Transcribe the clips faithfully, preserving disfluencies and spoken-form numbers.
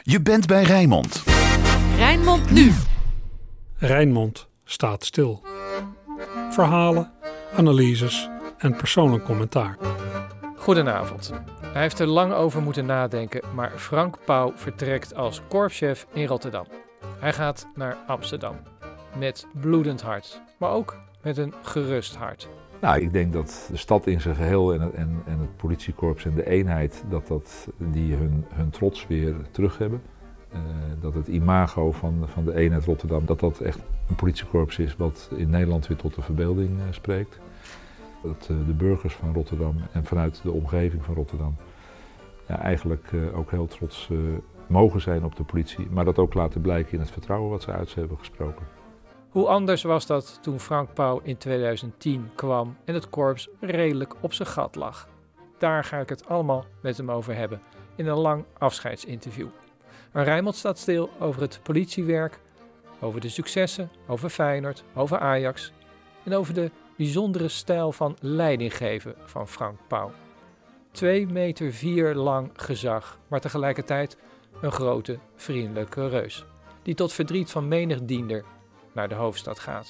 Je bent bij Rijnmond. Rijnmond nu. Rijnmond staat stil. Verhalen, analyses en persoonlijk commentaar. Goedenavond. Hij heeft er lang over moeten nadenken, maar Frank Pauw vertrekt als korpschef in Rotterdam. Hij gaat naar Amsterdam. Met bloedend hart, maar ook met een gerust hart. Nou, ik denk dat de stad in zijn geheel en het, en, en het politiekorps en de eenheid, dat, dat die hun, hun trots weer terug hebben. Uh, dat het imago van, van de eenheid Rotterdam, dat dat echt een politiekorps is wat in Nederland weer tot de verbeelding uh, spreekt. Dat uh, de burgers van Rotterdam en vanuit de omgeving van Rotterdam ja, eigenlijk uh, ook heel trots uh, mogen zijn op de politie, maar dat ook laten blijken in het vertrouwen wat ze uit ze hebben gesproken. Hoe anders was dat toen Frank Pauw in tweeduizend tien kwam en het korps redelijk op zijn gat lag. Daar ga ik het allemaal met hem over hebben in een lang afscheidsinterview. Een Rijnmond staat stil over het politiewerk, over de successen, over Feyenoord, over Ajax en over de bijzondere stijl van leidinggeven van Frank Pauw. Twee meter vier lang gezag, maar tegelijkertijd een grote, vriendelijke reus, die tot verdriet van menig diender naar de hoofdstad gaat.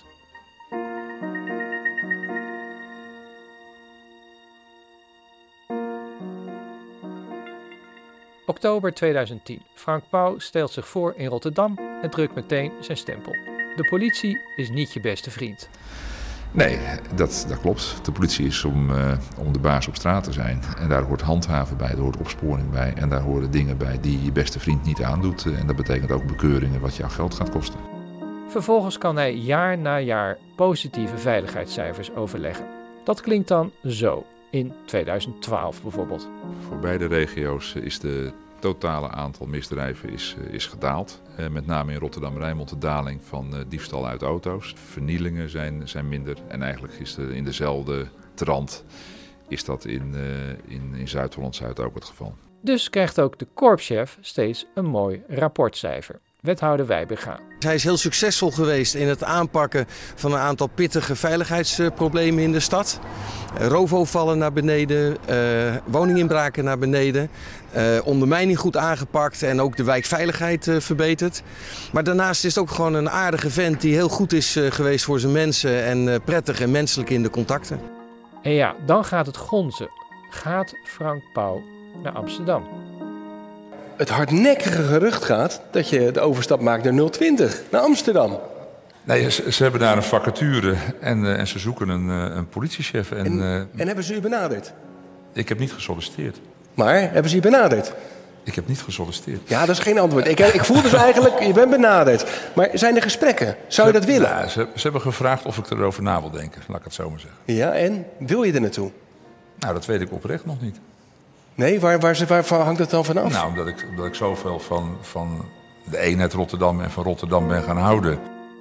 Oktober tweeduizend tien. Frank Pauw stelt zich voor in Rotterdam en drukt meteen zijn stempel. De politie is niet je beste vriend. Nee, dat, dat klopt. De politie is om, uh, om de baas op straat te zijn. En daar hoort handhaven bij, daar hoort opsporing bij. En daar horen dingen bij die je beste vriend niet aandoet. En dat betekent ook bekeuringen wat jou geld gaat kosten. Vervolgens kan hij jaar na jaar positieve veiligheidscijfers overleggen. Dat klinkt dan zo, in tweeduizend twaalf bijvoorbeeld. Voor beide regio's is de totale aantal misdrijven is, is gedaald. Eh, met name in Rotterdam-Rijnmond de daling van uh, diefstal uit auto's. Vernielingen zijn, zijn minder en eigenlijk is er in dezelfde trant is dat in, uh, in, in Zuid-Holland-Zuid ook het geval. Dus krijgt ook de korpschef steeds een mooi rapportcijfer. Wethouder Wijbega. Hij is heel succesvol geweest in het aanpakken van een aantal pittige veiligheidsproblemen in de stad. Roofovervallen naar beneden, uh, woninginbraken naar beneden, uh, ondermijning goed aangepakt en ook de wijkveiligheid uh, verbeterd. Maar daarnaast is het ook gewoon een aardige vent die heel goed is uh, geweest voor zijn mensen en uh, prettig en menselijk in de contacten. En ja, dan gaat het gonzen. Gaat Frank Pauw naar Amsterdam? Het hardnekkige gerucht gaat dat je de overstap maakt naar nul twintig, naar Amsterdam. Nee, ze, ze hebben daar een vacature en, uh, en ze zoeken een, uh, een politiechef. En, En, uh, en hebben ze u benaderd? Ik heb niet gesolliciteerd. Maar hebben ze u benaderd? Ik heb niet gesolliciteerd. Ja, dat is geen antwoord. Ik, ik voel dus eigenlijk, je bent benaderd. Maar zijn er gesprekken? Zou je dat willen? Ja, ze, ze hebben gevraagd of ik erover na wil denken, laat ik het zo maar zeggen. Ja, en? Wil je er naartoe? Nou, dat weet ik oprecht nog niet. Nee, waar, waar, waar, waar hangt dat dan vanaf? Nou, omdat ik, omdat ik zoveel van, van de eenheid Rotterdam en van Rotterdam ben gaan houden.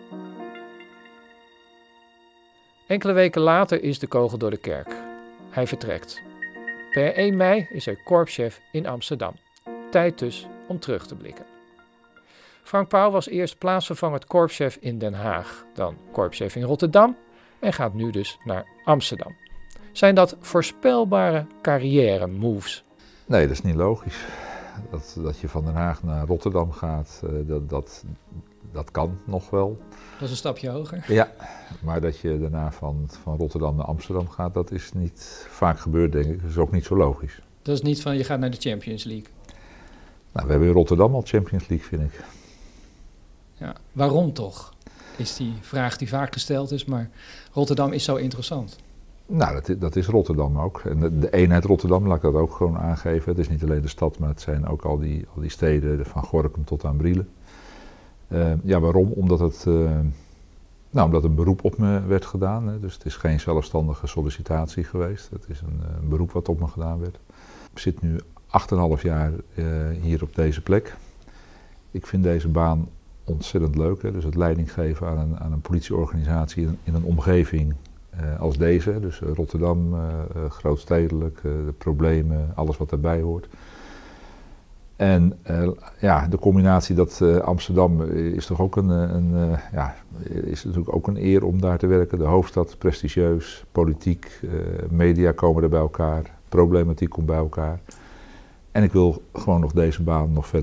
Enkele weken later is de kogel door de kerk. Hij vertrekt. Per één mei is hij korpschef in Amsterdam. Tijd dus om terug te blikken. Frank Pauw was eerst plaatsvervangend korpschef in Den Haag, dan korpschef in Rotterdam en gaat nu dus naar Amsterdam. Zijn dat voorspelbare carrière moves? Nee, dat is niet logisch. Dat, dat je van Den Haag naar Rotterdam gaat, uh, dat, dat, dat kan nog wel. Dat is een stapje hoger. Ja, maar dat je daarna van, van Rotterdam naar Amsterdam gaat, dat is niet vaak gebeurd, denk ik. Dat is ook niet zo logisch. Dat is niet van je gaat naar de Champions League. Nou, we hebben in Rotterdam al Champions League, vind ik. Ja, waarom toch? Is die vraag die vaak gesteld is, maar Rotterdam is zo interessant. Nou, dat is, dat is Rotterdam ook. En de, de eenheid Rotterdam, laat ik dat ook gewoon aangeven. Het is niet alleen de stad, maar het zijn ook al die, al die steden, van Gorinchem tot aan Brielen. Uh, ja, waarom? Omdat het, uh, nou, omdat een beroep op me werd gedaan. Hè. Dus het is geen zelfstandige sollicitatie geweest. Het is een, een beroep wat op me gedaan werd. Ik zit nu acht en een half jaar uh, hier op deze plek. Ik vind deze baan ontzettend leuk. Hè. Dus het leiding geven aan een, aan een politieorganisatie in, in een omgeving uh, als deze. Dus uh, Rotterdam, uh, uh, grootstedelijk, uh, de problemen, alles wat daarbij hoort. En uh, ja, de combinatie dat uh, Amsterdam is toch ook een, een uh, ja, is natuurlijk ook een eer om daar te werken. De hoofdstad, prestigieus, politiek, uh, media komen er bij elkaar, problematiek komt bij elkaar. En ik wil gewoon nog deze baan nog verder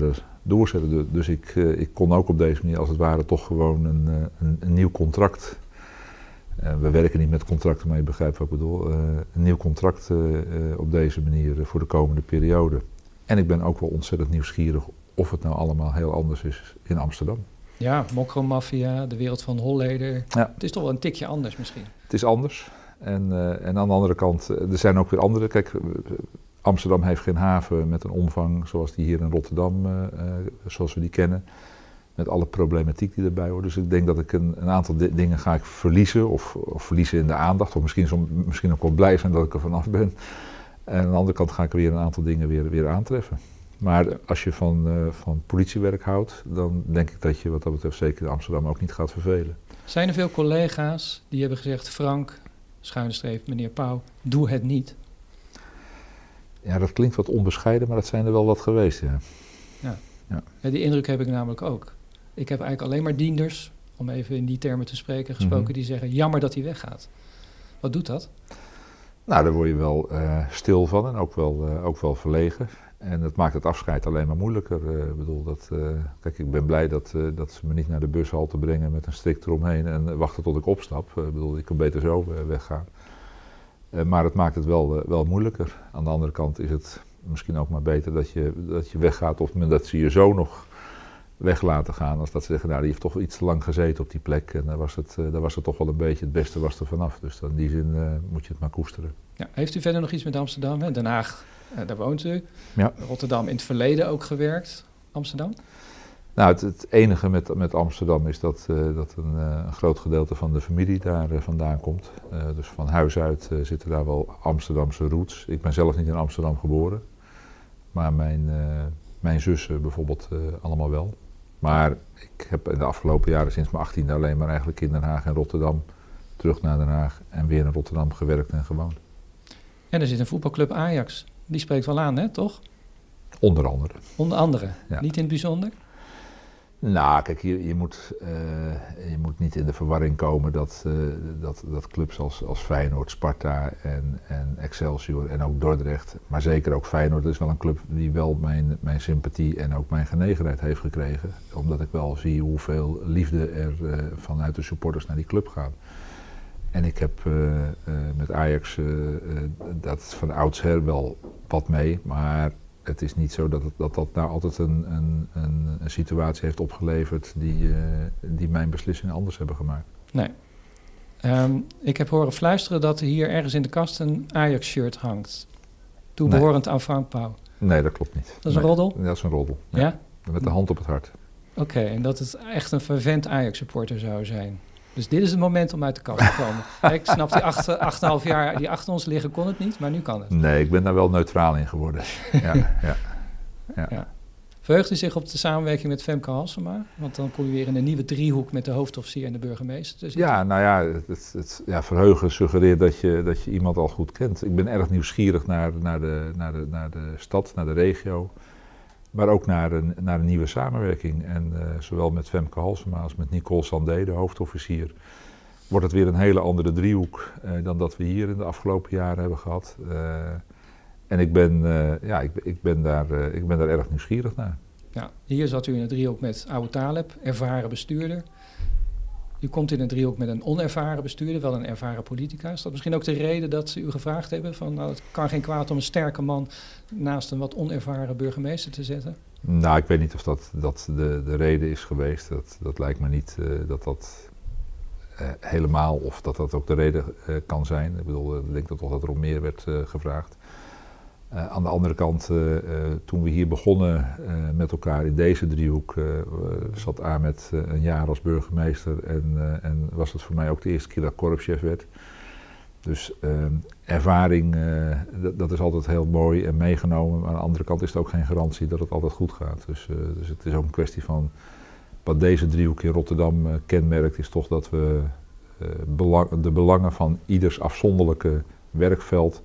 doorzetten. Dus ik, uh, ik kon ook op deze manier als het ware toch gewoon een, uh, een, een nieuw contract. Uh, we werken niet met contracten, maar je begrijpt wat ik bedoel. Uh, een nieuw contract uh, uh, op deze manier uh, voor de komende periode. En ik ben ook wel ontzettend nieuwsgierig of het nou allemaal heel anders is in Amsterdam. Ja, mokromafia, de wereld van Holleder. Ja. Het is toch wel een tikje anders misschien. Het is anders. En, uh, en aan de andere kant, uh, er zijn ook weer andere. Kijk, uh, Amsterdam heeft geen haven met een omvang zoals die hier in Rotterdam, uh, uh, zoals we die kennen. Met alle problematiek die erbij hoort. Dus ik denk dat ik een, een aantal di- dingen ga ik verliezen. Of, of verliezen in de aandacht. Of misschien, som, misschien ook wel blij zijn dat ik er vanaf ben. En aan de andere kant ga ik weer een aantal dingen weer, weer aantreffen. Maar als je van, uh, van politiewerk houdt, dan denk ik dat je wat dat betreft zeker in Amsterdam ook niet gaat vervelen. Zijn er veel collega's die hebben gezegd, Frank, schuine streep, meneer Pauw, doe het niet? Ja, dat klinkt wat onbescheiden, maar dat zijn er wel wat geweest, ja. Ja. Ja. Ja, die indruk heb ik namelijk ook. Ik heb eigenlijk alleen maar dienders, om even in die termen te spreken, gesproken, Mm-hmm. die zeggen, jammer dat hij weggaat. Wat doet dat? Nou, daar word je wel uh, stil van en ook wel, uh, ook wel verlegen. En dat maakt het afscheid alleen maar moeilijker. Uh, ik bedoel, dat, uh, kijk, ik ben blij dat, uh, dat ze me niet naar de bushalte brengen met een strik eromheen en wachten tot ik opstap. Uh, ik bedoel, ik kan beter zo uh, weggaan. Uh, maar het maakt het wel, uh, wel moeilijker. Aan de andere kant is het misschien ook maar beter dat je, dat je weggaat of dat ze je zo nog weg laten gaan. Als dat ze zeggen, nou, die heeft toch iets te lang gezeten op die plek. En daar was het, uh, daar was het toch wel een beetje, het beste was er vanaf. Dus in die zin uh, moet je het maar koesteren. Ja, heeft u verder nog iets met Amsterdam? Hè? Den Haag, uh, daar woont u. Ja. Rotterdam in het verleden ook gewerkt. Amsterdam? Nou, het, het enige met, met Amsterdam is dat, uh, dat een, uh, een groot gedeelte van de familie daar uh, vandaan komt. Uh, dus van huis uit uh, zitten daar wel Amsterdamse roots. Ik ben zelf niet in Amsterdam geboren. Maar mijn, uh, mijn zussen bijvoorbeeld uh, allemaal wel. Maar ik heb in de afgelopen jaren sinds mijn achttiende alleen maar eigenlijk in Den Haag en Rotterdam, terug naar Den Haag en weer in Rotterdam gewerkt en gewoond. En er zit een voetbalclub Ajax. Die spreekt wel aan, hè, toch? Onder andere. Onder andere. Ja. Niet in het bijzonder? Nou, kijk, je, je, moet, uh, je moet niet in de verwarring komen dat, uh, dat, dat clubs als, als Feyenoord, Sparta en, en Excelsior en ook Dordrecht, maar zeker ook Feyenoord, is wel een club die wel mijn, mijn sympathie en ook mijn genegenheid heeft gekregen. Omdat ik wel zie hoeveel liefde er uh, vanuit de supporters naar die club gaat. En ik heb uh, uh, met Ajax uh, uh, dat van oudsher wel wat mee, maar het is niet zo dat het, dat, dat nou altijd een, een, een, een situatie heeft opgeleverd die, uh, die mijn beslissingen anders hebben gemaakt. Nee. Um, ik heb horen fluisteren dat er hier ergens in de kast een Ajax-shirt hangt. Toebehorend nee. aan Frank Pauw. Nee, dat klopt niet. Dat is nee, een roddel? Dat is een roddel. Ja? Ja? Met de hand op het hart. Oké, okay, en dat het echt een fervent Ajax-supporter zou zijn. Dus dit is het moment om uit de kast te komen. Ik snap, die acht, acht en een half jaar die achter ons liggen kon het niet, maar nu kan het. Nee, ik ben daar wel neutraal in geworden. Ja, ja, ja. Ja. Verheugt u zich op de samenwerking met Femke Halsema? Want dan kom je weer in een nieuwe driehoek met de hoofdofficier en de burgemeester. Dus ja, nou ja, het, het, het, ja, verheugen suggereert dat je, dat je iemand al goed kent. Ik ben erg nieuwsgierig naar, naar, de, naar, de, naar de stad, naar de regio. Maar ook naar een, naar een nieuwe samenwerking. En uh, zowel met Femke Halsema als met Nicole Sandé, de hoofdofficier, wordt het weer een hele andere driehoek uh, dan dat we hier in de afgelopen jaren hebben gehad. Uh, en ik ben, uh, ja, ik, ik, ben daar, uh, ik ben daar erg nieuwsgierig naar. Ja, hier zat u in een driehoek met Abu Taleb, ervaren bestuurder. U komt in een driehoek met een onervaren bestuurder, wel een ervaren politica. Is dat misschien ook de reden dat ze u gevraagd hebben? Van, nou, het kan geen kwaad om een sterke man naast een wat onervaren burgemeester te zetten? Nou, ik weet niet of dat, dat de, de reden is geweest. Dat, dat lijkt me niet uh, dat dat uh, helemaal, of dat dat ook de reden uh, kan zijn. Ik bedoel, ik denk dat toch dat er om meer werd uh, gevraagd. Uh, aan de andere kant, uh, uh, toen we hier begonnen uh, met elkaar in deze driehoek, uh, zat Ahmed uh, een jaar als burgemeester en, uh, en was het voor mij ook de eerste keer dat ik korpschef werd. Dus uh, ervaring, uh, d- dat is altijd heel mooi en meegenomen, maar aan de andere kant is het ook geen garantie dat het altijd goed gaat. Dus, uh, dus het is ook een kwestie van, wat deze driehoek in Rotterdam uh, kenmerkt, is toch dat we uh, belang, de belangen van ieders afzonderlijke werkveld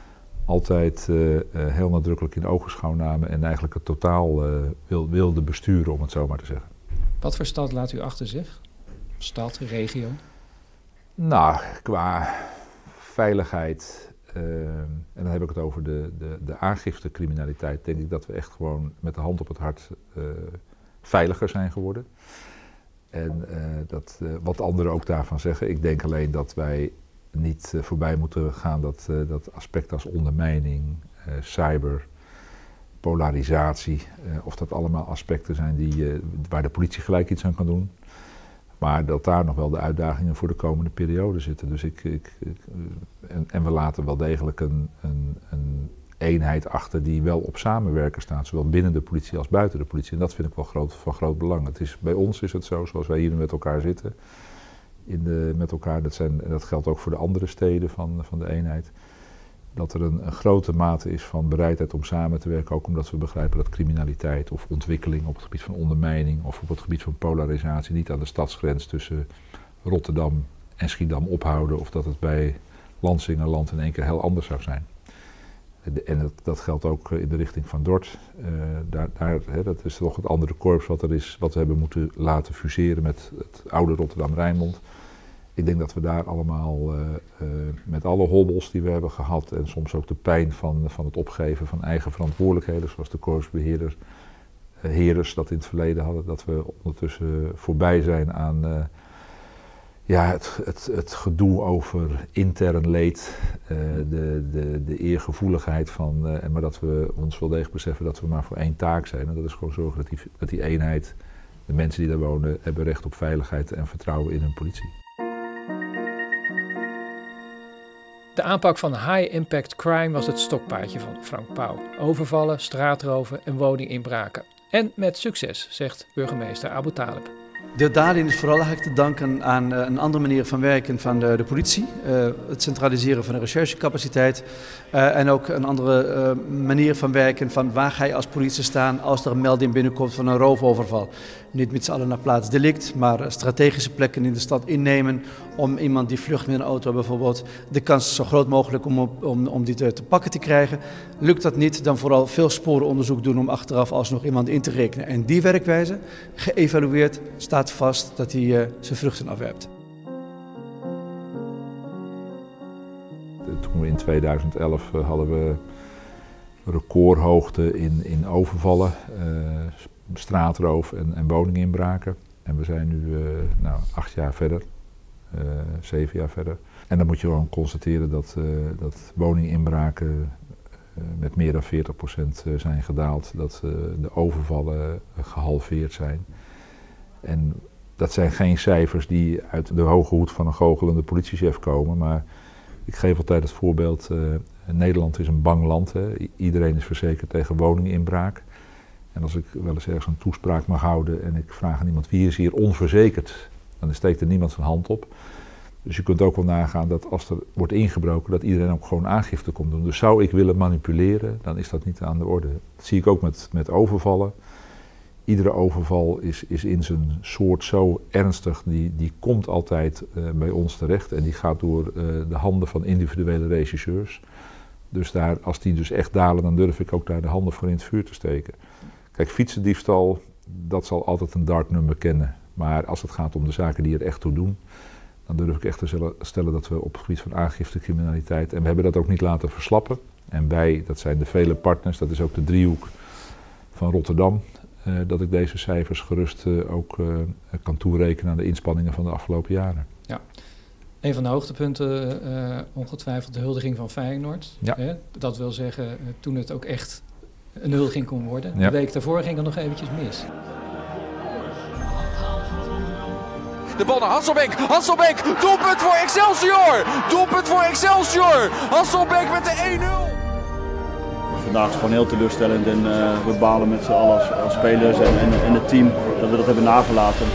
altijd uh, uh, heel nadrukkelijk in ogenschouw namen en eigenlijk het totaal uh, wil, wilde besturen, om het zo maar te zeggen. Wat voor stad laat u achter zich? Stad, regio? Nou, qua veiligheid, Uh, en dan heb ik het over de, de, de aangiftecriminaliteit. Denk ik dat we echt gewoon met de hand op het hart uh, veiliger zijn geworden. En uh, dat, uh, wat anderen ook daarvan zeggen. Ik denk alleen dat wij niet uh, voorbij moeten gaan dat, uh, dat aspect als ondermijning, uh, cyber, polarisatie, uh, of dat allemaal aspecten zijn die, uh, waar de politie gelijk iets aan kan doen. Maar dat daar nog wel de uitdagingen voor de komende periode zitten. Dus ik, ik, ik, en, en we laten wel degelijk een, een, een eenheid achter die wel op samenwerken staat. Zowel binnen de politie als buiten de politie. En dat vind ik wel groot, van groot belang. Het is, bij ons is het zo, zoals wij hier met elkaar zitten. In de, met elkaar, dat, zijn, dat geldt ook voor de andere steden van, van de eenheid. Dat er een, een grote mate is van bereidheid om samen te werken. Ook omdat we begrijpen dat criminaliteit of ontwikkeling op het gebied van ondermijning of op het gebied van polarisatie niet aan de stadsgrens tussen Rotterdam en Schiedam ophouden. Of dat het bij Lansingerland in één keer heel anders zou zijn. En dat, dat geldt ook in de richting van Dordt. Uh, daar, daar, hè, dat is toch het andere korps wat er is, wat we hebben moeten laten fuseren met het oude Rotterdam-Rijnmond. Ik denk dat we daar allemaal uh, uh, met alle hobbels die we hebben gehad en soms ook de pijn van, van het opgeven van eigen verantwoordelijkheden, zoals de korpsbeheerders, uh, heerders dat in het verleden hadden, dat we ondertussen voorbij zijn aan uh, ja, het, het, het gedoe over intern leed, uh, de, de, de eergevoeligheid van, uh, maar dat we ons wel degelijk beseffen dat we maar voor één taak zijn. En dat is gewoon zorgen dat die, dat die eenheid, de mensen die daar wonen, hebben recht op veiligheid en vertrouwen in hun politie. De aanpak van high-impact crime was het stokpaardje van Frank Pauw. Overvallen, straatroven en woninginbraken. En met succes, zegt burgemeester Abu Taleb. De daden is vooral eigenlijk te danken aan uh, een andere manier van werken van de, de politie. Uh, het centraliseren van de recherchecapaciteit. Uh, en ook een andere uh, manier van werken van waar ga je als politie staan als er een melding binnenkomt van een roofoverval. Niet met z'n allen naar plaats delict, maar strategische plekken in de stad innemen om iemand die vlucht met een auto bijvoorbeeld de kans zo groot mogelijk om, om, om die te, te pakken te krijgen. Lukt dat niet, dan vooral veel sporenonderzoek doen om achteraf alsnog iemand in te rekenen. En die werkwijze, geëvalueerd, staat vast dat hij uh, zijn vruchten afwerpt. Toen we in tweeduizend elf uh, hadden we recordhoogte in, in overvallen, uh, straatroof en, en woninginbraken. En we zijn nu uh, nou, acht jaar verder, uh, zeven jaar verder. En dan moet je gewoon constateren dat, uh, dat woninginbraken uh, met meer dan veertig procent zijn gedaald. Dat uh, de overvallen gehalveerd zijn. En dat zijn geen cijfers die uit de hoge hoed van een goochelende politiechef komen. Maar ik geef altijd het voorbeeld, uh, Nederland is een bang land. Hè. Iedereen is verzekerd tegen woninginbraak. En als ik wel eens ergens een toespraak mag houden en ik vraag aan iemand wie is hier onverzekerd, dan steekt er niemand zijn hand op. Dus je kunt ook wel nagaan dat als er wordt ingebroken, dat iedereen ook gewoon aangifte komt doen. Dus zou ik willen manipuleren, dan is dat niet aan de orde. Dat zie ik ook met, met overvallen. Iedere overval is, is in zijn soort zo ernstig, die, die komt altijd uh, bij ons terecht en die gaat door uh, de handen van individuele regisseurs. Dus daar, als die dus echt dalen, dan durf ik ook daar de handen voor in het vuur te steken. Kijk, fietsendiefstal, dat zal altijd een dartnummer kennen. Maar als het gaat om de zaken die er echt toe doen, dan durf ik echt te stellen dat we op het gebied van aangiftecriminaliteit, en we hebben dat ook niet laten verslappen. En wij, dat zijn de vele partners, dat is ook de driehoek van Rotterdam, uh, dat ik deze cijfers gerust uh, ook uh, kan toerekenen aan de inspanningen van de afgelopen jaren. Ja. Een van de hoogtepunten, uh, ongetwijfeld de huldiging van Feyenoord. Ja. Hè? Dat wil zeggen, uh, toen het ook echt een huldiging kon worden. Ja. De week daarvoor ging het nog eventjes mis. De bal naar Hasselbeek. Hasselbeek, doelpunt voor Excelsior. Doelpunt voor Excelsior. Hasselbeek met de één nul. Vandaag is het gewoon heel teleurstellend en uh, we balen met z'n allen als, als spelers en, en, en het team dat we dat hebben nagelaten.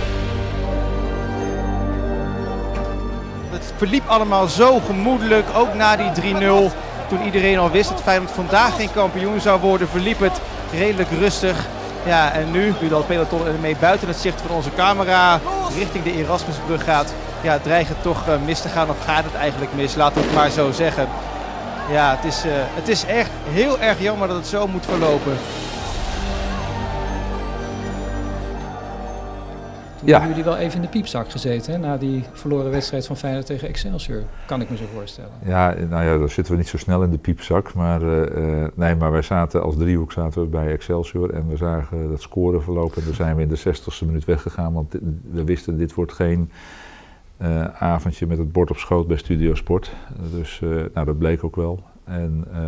Het verliep allemaal zo gemoedelijk, ook na die drie nul. Toen iedereen al wist dat Feyenoord vandaag geen kampioen zou worden, verliep het redelijk rustig. Ja, en nu, nu dat peloton ermee buiten het zicht van onze camera richting de Erasmusbrug gaat, ja, dreigt het toch uh, mis te gaan, of gaat het eigenlijk mis, laten we het maar zo zeggen. Ja, het is, uh, het is echt heel erg jammer dat het zo moet verlopen. Toen ja. hebben jullie wel even in de piepzak gezeten, hè? Na die verloren wedstrijd van Feyenoord tegen Excelsior, kan ik me zo voorstellen. Ja, nou ja, daar zitten we niet zo snel in de piepzak, maar, uh, nee, maar wij zaten als driehoek zaten we bij Excelsior en we zagen dat scoreverloop en toen zijn we in de zestigste minuut weggegaan, want we wisten dit wordt geen uh, avondje met het bord op schoot bij Studio Sport. Dus uh, nou, dat bleek ook wel. En uh,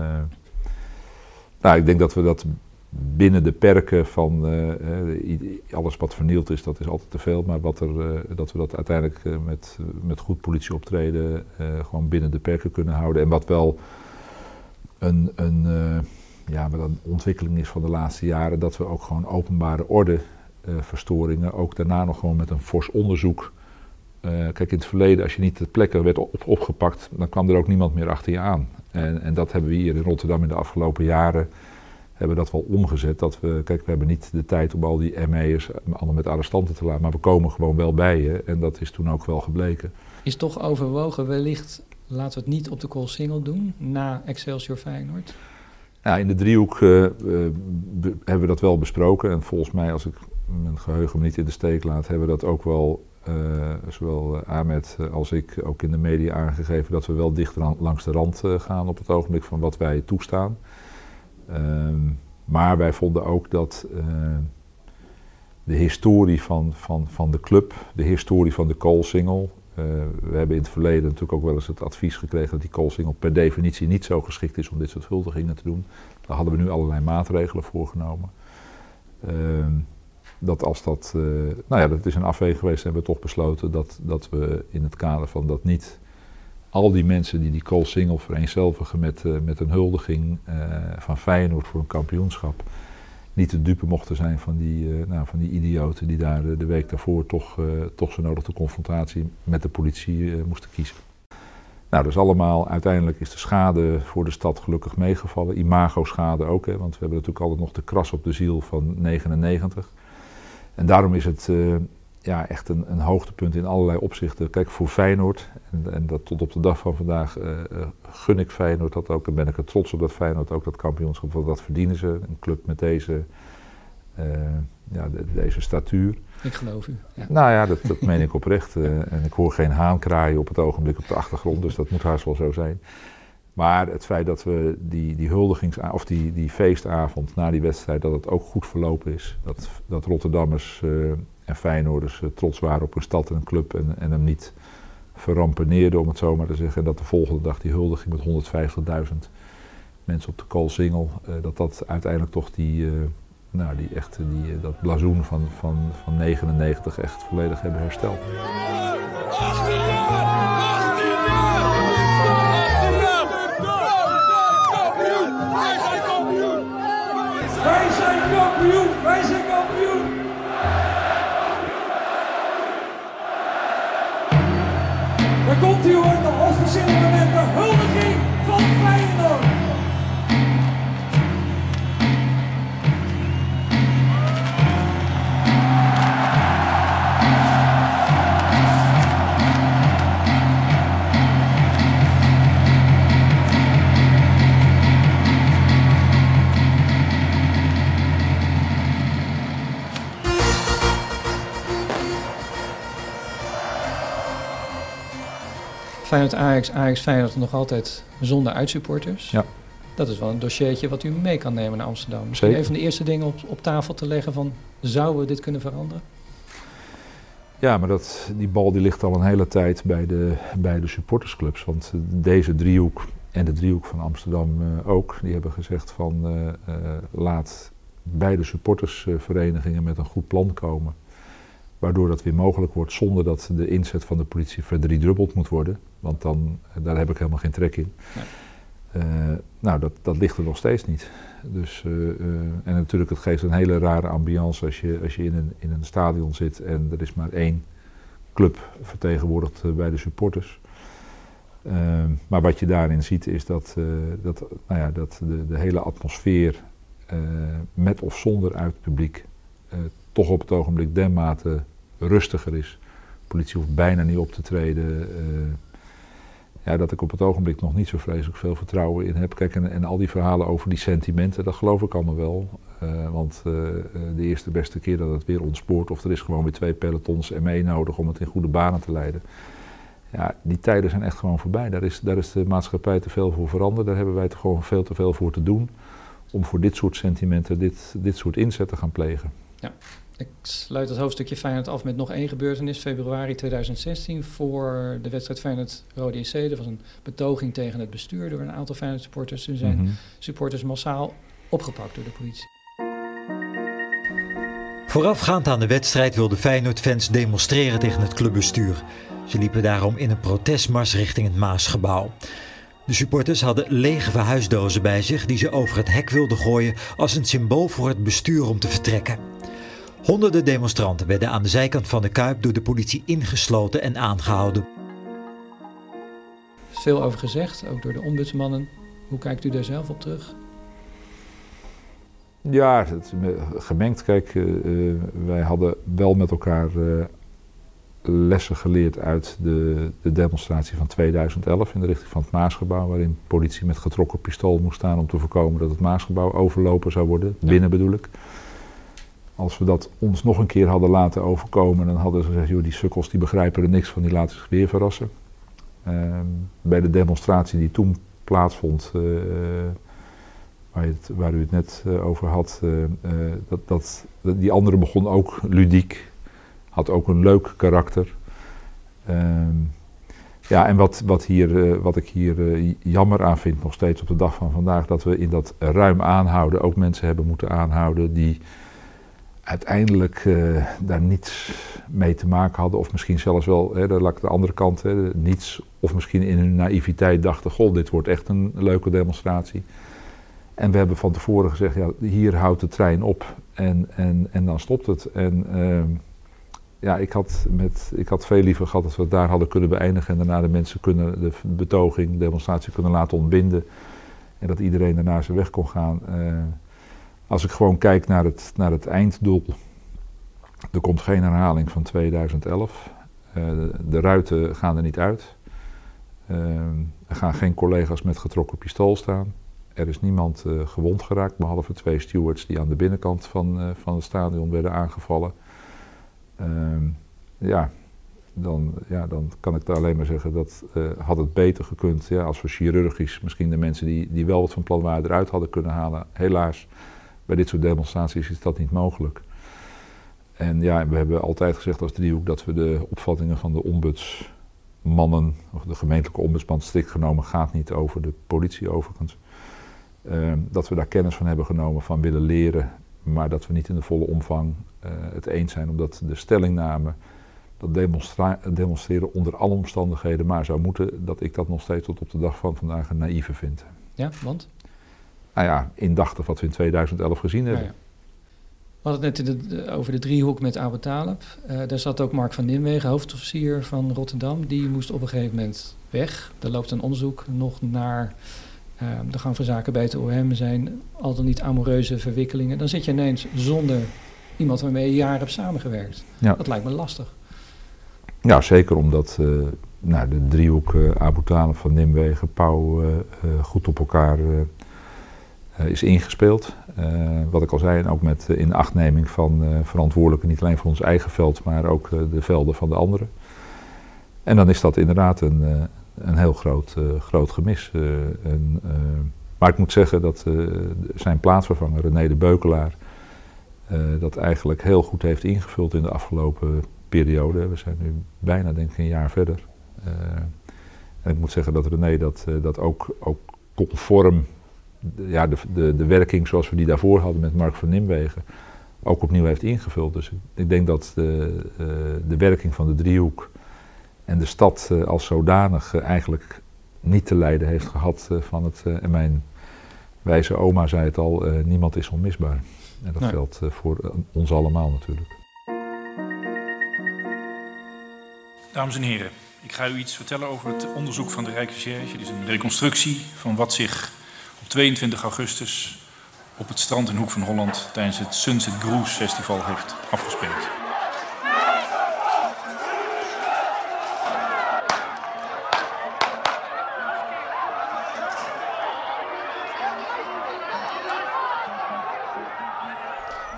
nou, ik denk dat we dat binnen de perken van uh, alles wat vernield is, dat is altijd te veel. Maar wat er, uh, dat we dat uiteindelijk uh, met, met goed politieoptreden uh, gewoon binnen de perken kunnen houden. En wat wel een, een, uh, ja, wat een ontwikkeling is van de laatste jaren, dat we ook gewoon openbare orde uh, verstoringen, ook daarna nog gewoon met een fors onderzoek. Uh, kijk, in het verleden, als je niet ter plekke werd op, opgepakt, dan kwam er ook niemand meer achter je aan. En, en dat hebben we hier in Rotterdam in de afgelopen jaren hebben dat wel omgezet. Dat we, kijk, we hebben niet de tijd om al die M E'ers allemaal met arrestanten te laten, maar we komen gewoon wel bij je. En dat is toen ook wel gebleken. Is toch overwogen, wellicht laten we het niet op de Koolsingel doen, na Excelsior Feyenoord? Ja, in de driehoek uh, uh, be, hebben we dat wel besproken. En volgens mij, als ik mijn geheugen me niet in de steek laat, hebben we dat ook wel, uh, zowel uh, Ahmed als ik, ook in de media aangegeven, dat we wel dichter aan, langs de rand uh, gaan op het ogenblik van wat wij toestaan. Um, maar wij vonden ook dat uh, de historie van, van, van de club, de historie van de Koolsingel. Uh, we hebben in het verleden natuurlijk ook wel eens het advies gekregen dat die Koolsingel per definitie niet zo geschikt is om dit soort huldigingen te doen. Daar hadden we nu allerlei maatregelen voor genomen. Uh, dat als dat, uh, nou ja, dat is een afweging geweest en hebben we toch besloten dat, dat we in het kader van dat niet al die mensen die die Koolsingel vereenzelvigen met, uh, met een huldiging uh, van Feyenoord voor een kampioenschap, niet de dupe mochten zijn van die, uh, nou, van die idioten die daar uh, de week daarvoor toch, uh, toch zo nodig de confrontatie met de politie uh, moesten kiezen. Nou, dus allemaal, uiteindelijk is de schade voor de stad gelukkig meegevallen. Imago-schade ook, hè, want we hebben natuurlijk altijd nog de kras op de ziel van negenennegentig. En daarom is het uh, ja, echt een, een hoogtepunt in allerlei opzichten. Kijk, voor Feyenoord, en, en dat tot op de dag van vandaag uh, uh, gun ik Feyenoord dat ook. En ben ik er trots op dat Feyenoord ook dat kampioenschap, want dat verdienen ze. Een club met deze, uh, ja, de, deze statuur. Ik geloof u. Ja. Nou ja, dat, dat meen ik oprecht. Uh, en ik hoor geen haan kraaien op het ogenblik op de achtergrond, dus dat moet haast wel zo zijn. Maar het feit dat we die, die huldigings- of die, die feestavond na die wedstrijd, dat het ook goed verlopen is. Dat, dat Rotterdammers uh, en Feyenoorders uh, trots waren op een stad en een club en, en hem niet verrampeneerden, om het zo maar te zeggen. En dat de volgende dag die huldiging met honderdvijftigduizend mensen op de Koolsingel, uh, dat dat uiteindelijk toch die, uh, nou, die echt, die, uh, dat blazoen van, van, van negenennegentig echt volledig hebben hersteld. Wij zijn kampioen! Wij zijn kampioen! Daar komt u hoor, de officiële moment, de huldiging van Feyenoord! Feyenoord Ajax, Ajax Feyenoord nog altijd zonder uitsupporters. Ja. Dat is wel een dossiertje wat u mee kan nemen naar Amsterdam. Misschien Zeker. Een van de eerste dingen op, op tafel te leggen van, zouden we dit kunnen veranderen? Ja, maar dat, die bal die ligt al een hele tijd bij de, bij de supportersclubs. Want deze driehoek en de driehoek van Amsterdam uh, ook, die hebben gezegd van uh, uh, laat beide supportersverenigingen met een goed plan komen. Waardoor dat weer mogelijk wordt zonder dat de inzet van de politie verdriedrubbeld moet worden. Want dan, daar heb ik helemaal geen trek in. Nee. Uh, nou, dat, dat ligt er nog steeds niet. Dus, uh, uh, en natuurlijk, het geeft een hele rare ambiance als je, als je in, een, in een stadion zit en er is maar één club vertegenwoordigd uh, bij de supporters. Uh, maar wat je daarin ziet is dat, uh, dat, nou ja, dat de, de hele atmosfeer uh, met of zonder uitpubliek uh, toch op het ogenblik dermate rustiger is. De politie hoeft bijna niet op te treden. Uh, ja, dat ik op het ogenblik nog niet zo vreselijk veel vertrouwen in heb. Kijk, en, en al die verhalen over die sentimenten, dat geloof ik allemaal wel. Uh, want uh, de eerste beste keer dat het weer ontspoort, of er is gewoon weer twee pelotons M E nodig om het in goede banen te leiden. Ja, die tijden zijn echt gewoon voorbij. Daar is, daar is de maatschappij te veel voor veranderd. Daar hebben wij toch gewoon veel te veel voor te doen om voor dit soort sentimenten, dit, dit soort inzet te gaan plegen. Ja. Ik sluit het hoofdstukje Feyenoord af met nog één gebeurtenis. Februari tweeduizend zestien voor de wedstrijd Feyenoord-Rode J C. Er was een betoging tegen het bestuur door een aantal Feyenoord supporters. Toen zijn mm-hmm. supporters massaal opgepakt door de politie. Voorafgaand aan de wedstrijd wilden Feyenoord-fans demonstreren tegen het clubbestuur. Ze liepen daarom in een protestmars richting het Maasgebouw. De supporters hadden lege verhuisdozen bij zich die ze over het hek wilden gooien als een symbool voor het bestuur om te vertrekken. Honderden demonstranten werden aan de zijkant van de Kuip door de politie ingesloten en aangehouden. Veel over gezegd, ook door de ombudsmannen. Hoe kijkt u daar zelf op terug? Ja, het, gemengd. Kijk, uh, wij hadden wel met elkaar uh, lessen geleerd uit de, de demonstratie van tweeduizend elf in de richting van het Maasgebouw, waarin politie met getrokken pistool moest staan om te voorkomen dat het Maasgebouw overlopen zou worden, ja. Binnen bedoel ik. Als we dat ons nog een keer hadden laten overkomen, dan hadden ze gezegd, joh, die sukkels die begrijpen er niks van, die laten zich weer verrassen. Uh, bij de demonstratie die toen plaatsvond, uh, waar, het, waar u het net uh, over had, uh, uh, dat, dat, die andere begon ook ludiek, had ook een leuk karakter. Uh, ja, en wat, wat, hier, uh, wat ik hier uh, jammer aan vind, nog steeds op de dag van vandaag, dat we in dat ruim aanhouden ook mensen hebben moeten aanhouden die uiteindelijk uh, daar niets mee te maken hadden, of misschien zelfs wel, hè, daar lag de andere kant, hè, niets, of misschien in hun naïviteit dachten, goh, dit wordt echt een leuke demonstratie. En we hebben van tevoren gezegd, ja, hier houdt de trein op en, en, en dan stopt het. En uh, ja, ik had, met, ik had veel liever gehad dat we het daar hadden kunnen beëindigen en daarna de mensen kunnen de betoging, de demonstratie kunnen laten ontbinden en dat iedereen daarna zijn weg kon gaan. Uh, Als ik gewoon kijk naar het, naar het einddoel, er komt geen herhaling van tweeduizend elf. Uh, de, de ruiten gaan er niet uit. Uh, er gaan geen collega's met getrokken pistool staan. Er is niemand uh, gewond geraakt, behalve twee stewards die aan de binnenkant van, uh, van het stadion werden aangevallen. Uh, ja, dan, ja, dan kan ik daar alleen maar zeggen dat uh, had het beter gekund. Ja, als we chirurgisch misschien de mensen die, die wel wat van plan waren eruit hadden kunnen halen. Helaas. Bij dit soort demonstraties is dat niet mogelijk. En ja, we hebben altijd gezegd als driehoek dat we de opvattingen van de ombudsmannen, of de gemeentelijke ombudsman strikt genomen gaat niet over de politie overigens, uh, dat we daar kennis van hebben genomen, van willen leren, maar dat we niet in de volle omvang uh, het eens zijn, omdat de stellingname dat demonstra- demonstreren onder alle omstandigheden maar zou moeten, dat ik dat nog steeds tot op de dag van vandaag een naïeve vind. Ja, want? Nou ja, indachtig wat we in tweeduizend elf gezien hebben. Nou ja. We hadden het net de, over de driehoek met Abu Talib. Uh, daar zat ook Mark van Nimwegen, hoofdofficier van Rotterdam. Die moest op een gegeven moment weg. Er loopt een onderzoek nog naar uh, de gang van zaken bij het O M. Zijn al dan niet amoureuze verwikkelingen. Dan zit je ineens zonder iemand waarmee je jaren hebt samengewerkt. Ja. Dat lijkt me lastig. Ja, zeker omdat uh, nou, de driehoek uh, Abu Talib, van Nimwegen, Pauw uh, uh, goed op elkaar Uh, Uh, is ingespeeld. Uh, wat ik al zei, en ook met uh, inachtneming van uh, verantwoordelijken, niet alleen voor ons eigen veld, maar ook uh, de velden van de anderen. En dan is dat inderdaad een, uh, een heel groot, uh, groot gemis. Uh, en, uh, maar ik moet zeggen dat uh, zijn plaatsvervanger, René de Beukelaar, uh, dat eigenlijk heel goed heeft ingevuld in de afgelopen periode. We zijn nu bijna, denk ik, een jaar verder. Uh, en ik moet zeggen dat René dat, uh, dat ook, ook conform ja, de, de, de werking zoals we die daarvoor hadden met Mark van Nimwegen ook opnieuw heeft ingevuld. Dus ik, ik denk dat de, uh, de werking van de driehoek en de stad uh, als zodanig uh, eigenlijk niet te lijden heeft gehad uh, van het, uh, en mijn wijze oma zei het al, uh, niemand is onmisbaar. En dat nee. geldt uh, voor uh, ons allemaal natuurlijk. Dames en heren, ik ga u iets vertellen over het onderzoek van de Rijksrecherche. Dit is een reconstructie van wat zich op tweeëntwintig augustus op het strand in Hoek van Holland tijdens het Sunset Cruise Festival heeft afgespeeld.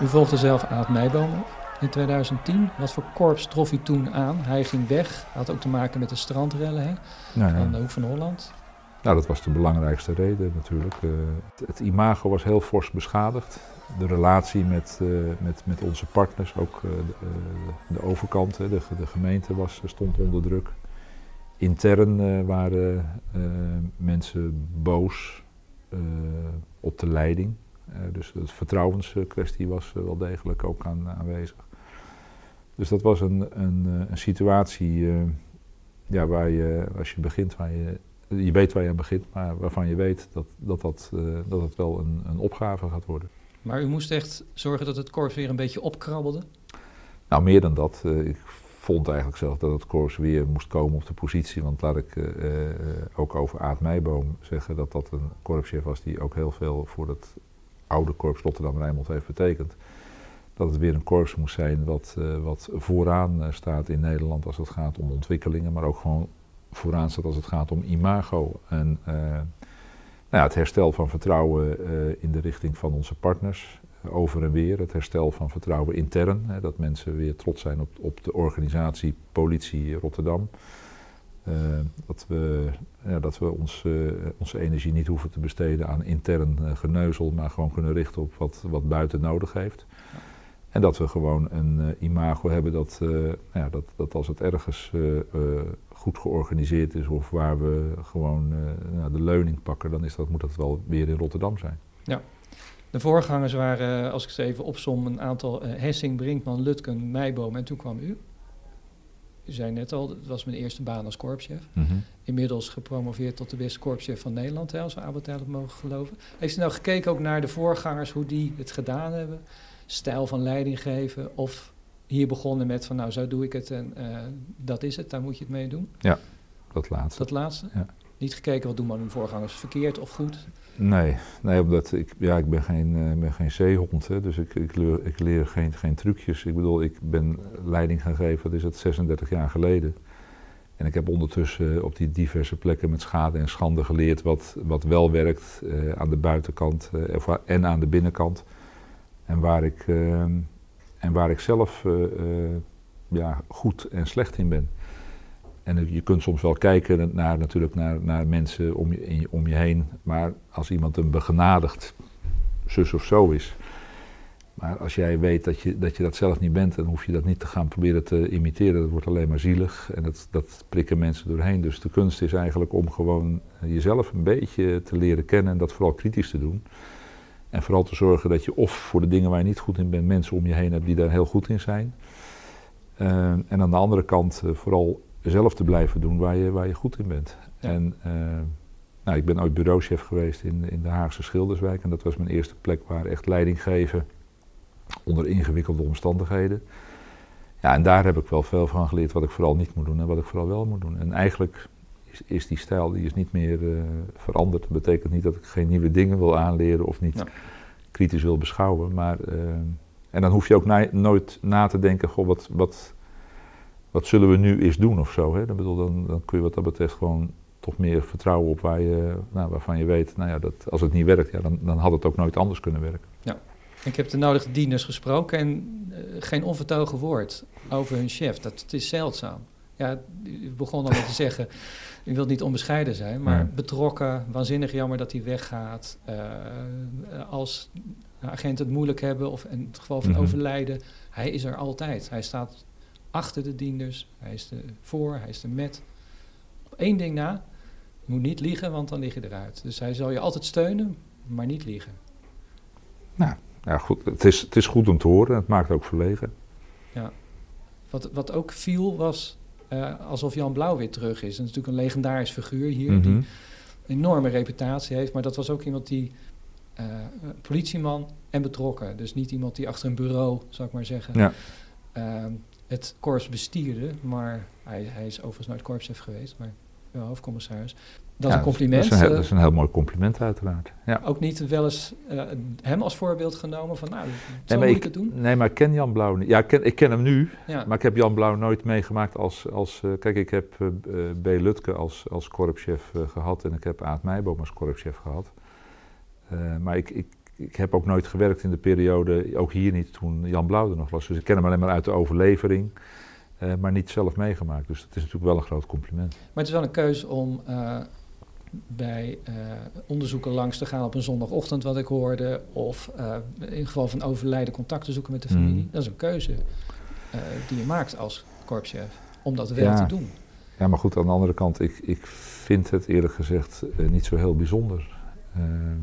U volgde zelf Aad Meijboom in tweeduizend tien. Wat voor korps trof u toen aan? Hij ging weg. Had ook te maken met de strandrellen, hè? Nou, Van ja. de Hoek van Holland. Nou, dat was de belangrijkste reden natuurlijk. Uh, het, het imago was heel fors beschadigd. De relatie met, uh, met, met onze partners, ook uh, de, uh, de overkant, de, de gemeente was, stond onder druk. Intern uh, waren uh, mensen boos uh, op de leiding. Uh, dus de vertrouwenskwestie was uh, wel degelijk ook aan, aanwezig. Dus dat was een, een, een situatie uh, ja, waar je, als je begint, waar je, je weet waar je aan begint, maar waarvan je weet dat dat, dat, uh, dat het wel een, een opgave gaat worden. Maar u moest echt zorgen dat het korps weer een beetje opkrabbelde? Nou, meer dan dat. Uh, ik vond eigenlijk zelf dat het korps weer moest komen op de positie. Want laat ik uh, uh, ook over Aad Meijboom zeggen dat dat een korpschef was die ook heel veel voor het oude korps Rotterdam-Rijnmond heeft betekend. Dat het weer een korps moest zijn wat, uh, wat vooraan uh, staat in Nederland als het gaat om ontwikkelingen, maar ook gewoon vooraan staat als het gaat om imago. En uh, nou ja, het herstel van vertrouwen uh, in de richting van onze partners, uh, over en weer. Het herstel van vertrouwen intern, hè, dat mensen weer trots zijn op, op de organisatie Politie Rotterdam. Uh, dat we, ja, dat we ons, uh, onze energie niet hoeven te besteden aan intern uh, geneuzel, maar gewoon kunnen richten op wat, wat buiten nodig heeft. Ja. En dat we gewoon een uh, imago hebben dat, uh, ja, dat, dat als het ergens uh, uh, goed georganiseerd is of waar we gewoon uh, nou, de leuning pakken, dan is dat, moet dat wel weer in Rotterdam zijn. Ja. De voorgangers waren, als ik ze even opsom, een aantal uh, Hessing, Brinkman, Lutken, Meijboom en toen kwam u. U zei net al, dat was mijn eerste baan als korpschef. Mm-hmm. Inmiddels gepromoveerd tot de beste korpschef van Nederland, hè, als we Abu Talib mogen geloven. Heeft u nou gekeken ook naar de voorgangers, hoe die het gedaan hebben? Stijl van leiding geven of hier begonnen met van nou zo doe ik het en uh, dat is het, daar moet je het mee doen? Ja, dat laatste. Dat laatste? Ja. Niet gekeken wat doen mijn voorgangers verkeerd of goed? Nee, nee omdat ik, ja, ik ben geen, uh, ben geen zeehond, hè, dus ik, ik, leer, ik leer geen, geen trucjes. Ik bedoel, ik ben leiding gaan geven, dat is het zesendertig jaar geleden. En ik heb ondertussen op die diverse plekken met schade en schande geleerd wat, wat wel werkt uh, aan de buitenkant uh, en aan de binnenkant. En waar ik, uh, en waar ik zelf uh, uh, ja, goed en slecht in ben. En je kunt soms wel kijken naar, natuurlijk naar, naar mensen om je, in, om je heen. Maar als iemand een begenadigd zus of zo is. Maar als jij weet dat je, dat je dat zelf niet bent, dan hoef je dat niet te gaan proberen te imiteren. Dat wordt alleen maar zielig en dat, dat prikken mensen doorheen. Dus de kunst is eigenlijk om gewoon jezelf een beetje te leren kennen en dat vooral kritisch te doen. En vooral te zorgen dat je of voor de dingen waar je niet goed in bent, mensen om je heen hebt die daar heel goed in zijn. Uh, en aan de andere kant uh, vooral zelf te blijven doen waar je, waar je goed in bent. Ja. En uh, nou, ik ben ooit bureauchef geweest in, in de Haagse Schilderswijk. En dat was mijn eerste plek waar echt leiding geven onder ingewikkelde omstandigheden. Ja, en daar heb ik wel veel van geleerd wat ik vooral niet moet doen en wat ik vooral wel moet doen. En eigenlijk is, is die stijl die is niet meer uh, veranderd. Dat betekent niet dat ik geen nieuwe dingen wil aanleren of niet ja. kritisch wil beschouwen. Maar, uh, en dan hoef je ook na, nooit na te denken, goh, wat, wat, wat zullen we nu eens doen of zo. Hè? Dan, bedoel, dan, dan kun je wat dat betreft gewoon toch meer vertrouwen op waar je, nou, waarvan je weet, nou ja, dat als het niet werkt, ja, dan, dan had het ook nooit anders kunnen werken. Ja. Ik heb de nodige dieners gesproken en uh, geen onvertogen woord over hun chef. Dat het is zeldzaam. Ja, u begon al met te zeggen, u wilt niet onbescheiden zijn, maar ja. betrokken, waanzinnig jammer dat hij weggaat. Uh, als agenten het moeilijk hebben of in het geval van mm-hmm. overlijden, hij is er altijd. Hij staat achter de dienders, hij is er voor, hij is er met. Op één ding na, je moet niet liegen, want dan lig je eruit. Dus hij zal je altijd steunen, maar niet liegen. Nou, ja, goed. Het is, het is goed om te horen, het maakt ook verlegen. Ja. Wat, wat ook viel was uh, alsof Jan Blauw weer terug is. Dat is natuurlijk een legendarisch figuur hier, mm-hmm. die een enorme reputatie heeft. Maar dat was ook iemand die, uh, politieman en betrokken. Dus niet iemand die achter een bureau, zou ik maar zeggen, ja. uh, het korps bestierde. Maar hij, hij is overigens nooit korpschef geweest, maar wel hoofdcommissaris. Dat is ja, een compliment. Dat is een, heel, dat is een heel mooi compliment uiteraard. Ja. Ook niet wel eens uh, hem als voorbeeld genomen van nou, zo nee, moet ik, ik het doen? Nee, maar ik ken Jan Blauw niet. Ja, ik ken, ik ken hem nu, ja. maar ik heb Jan Blauw nooit meegemaakt als... als uh, kijk, ik heb uh, B. Lutke als, als korpschef uh, gehad en ik heb Aad Meijboom als korpschef gehad. Uh, maar ik, ik, ik heb ook nooit gewerkt in de periode, ook hier niet, toen Jan Blauw er nog was. Dus ik ken hem alleen maar uit de overlevering, uh, maar niet zelf meegemaakt. Dus het is natuurlijk wel een groot compliment. Maar het is wel een keuze om uh, bij uh, onderzoeken langs te gaan op een zondagochtend, wat ik hoorde, of uh, in geval van overlijden contact te zoeken met de familie. Mm. Dat is een keuze uh, die je maakt als korpschef, om dat wel ja. te doen. Ja, maar goed, aan de andere kant, ik, ik vind het eerlijk gezegd uh, niet zo heel bijzonder. Uh,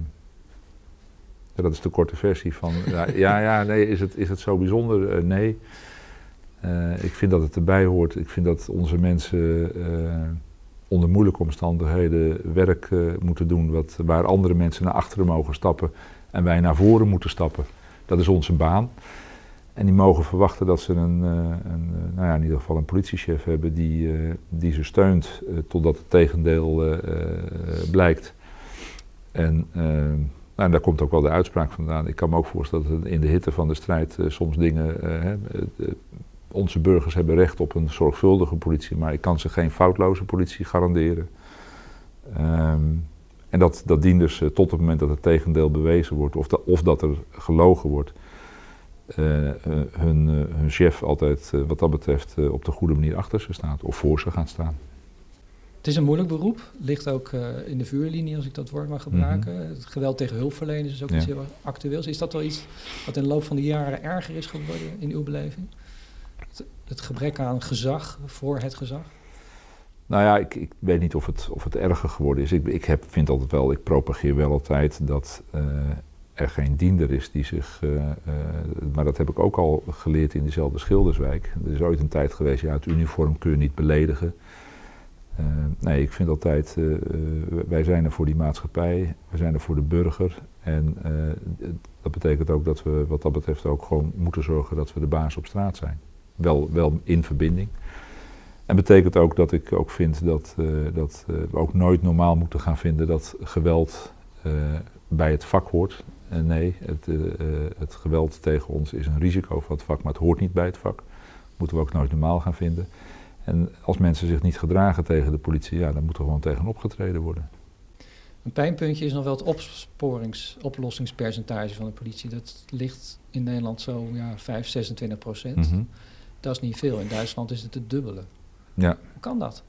ja, dat is de korte versie van, ja, ja, ja nee, is het, is het zo bijzonder? Uh, nee. Uh, ik vind dat het erbij hoort. Ik vind dat onze mensen uh, onder moeilijke omstandigheden werk uh, moeten doen, wat, waar andere mensen naar achteren mogen stappen en wij naar voren moeten stappen. Dat is onze baan. En die mogen verwachten dat ze een, een, nou ja, in ieder geval een politiechef hebben die, uh, die ze steunt uh, totdat het tegendeel uh, uh, blijkt. En, uh, nou, en daar komt ook wel de uitspraak vandaan. Ik kan me ook voorstellen dat in de hitte van de strijd uh, soms dingen... Uh, uh, onze burgers hebben recht op een zorgvuldige politie, maar ik kan ze geen foutloze politie garanderen. Um, en dat, dat dient dus uh, tot het moment dat het tegendeel bewezen wordt, of, da, of dat er gelogen wordt. Uh, uh, hun, uh, hun chef altijd uh, wat dat betreft uh, op de goede manier achter ze staat of voor ze gaat staan. Het is een moeilijk beroep, ligt ook uh, in de vuurlinie als ik dat woord mag gebruiken. Mm-hmm. Het geweld tegen hulpverleners is ook ja. iets heel actueels. Is dat wel iets wat in de loop van de jaren erger is geworden in uw beleving? Het, het gebrek aan gezag voor het gezag? Nou ja, ik, ik weet niet of het, of het erger geworden is. Ik, ik heb, vind altijd wel, ik propageer wel altijd dat uh, er geen diender is die zich... Uh, uh, maar dat heb ik ook al geleerd in diezelfde Schilderswijk. Er is ooit een tijd geweest, ja, het uniform kun je niet beledigen. Uh, nee, ik vind altijd, uh, wij zijn er voor die maatschappij, we zijn er voor de burger. En uh, dat betekent ook dat we wat dat betreft ook gewoon moeten zorgen dat we de baas op straat zijn. Wel, wel in verbinding. En betekent ook dat ik ook vind dat, uh, dat uh, we ook nooit normaal moeten gaan vinden dat geweld uh, bij het vak hoort. Uh, nee, het, uh, uh, het geweld tegen ons is een risico van het vak, maar het hoort niet bij het vak. Dat moeten we ook nooit normaal gaan vinden. En als mensen zich niet gedragen tegen de politie, ja, dan moet er gewoon tegen opgetreden worden. Een pijnpuntje is nog wel het opsporings, oplossingspercentage van de politie. Dat ligt in Nederland zo ja, vijf, zesentwintig procent. Mm-hmm. Dat is niet veel. In Duitsland is het het dubbele. Ja. Hoe kan dat?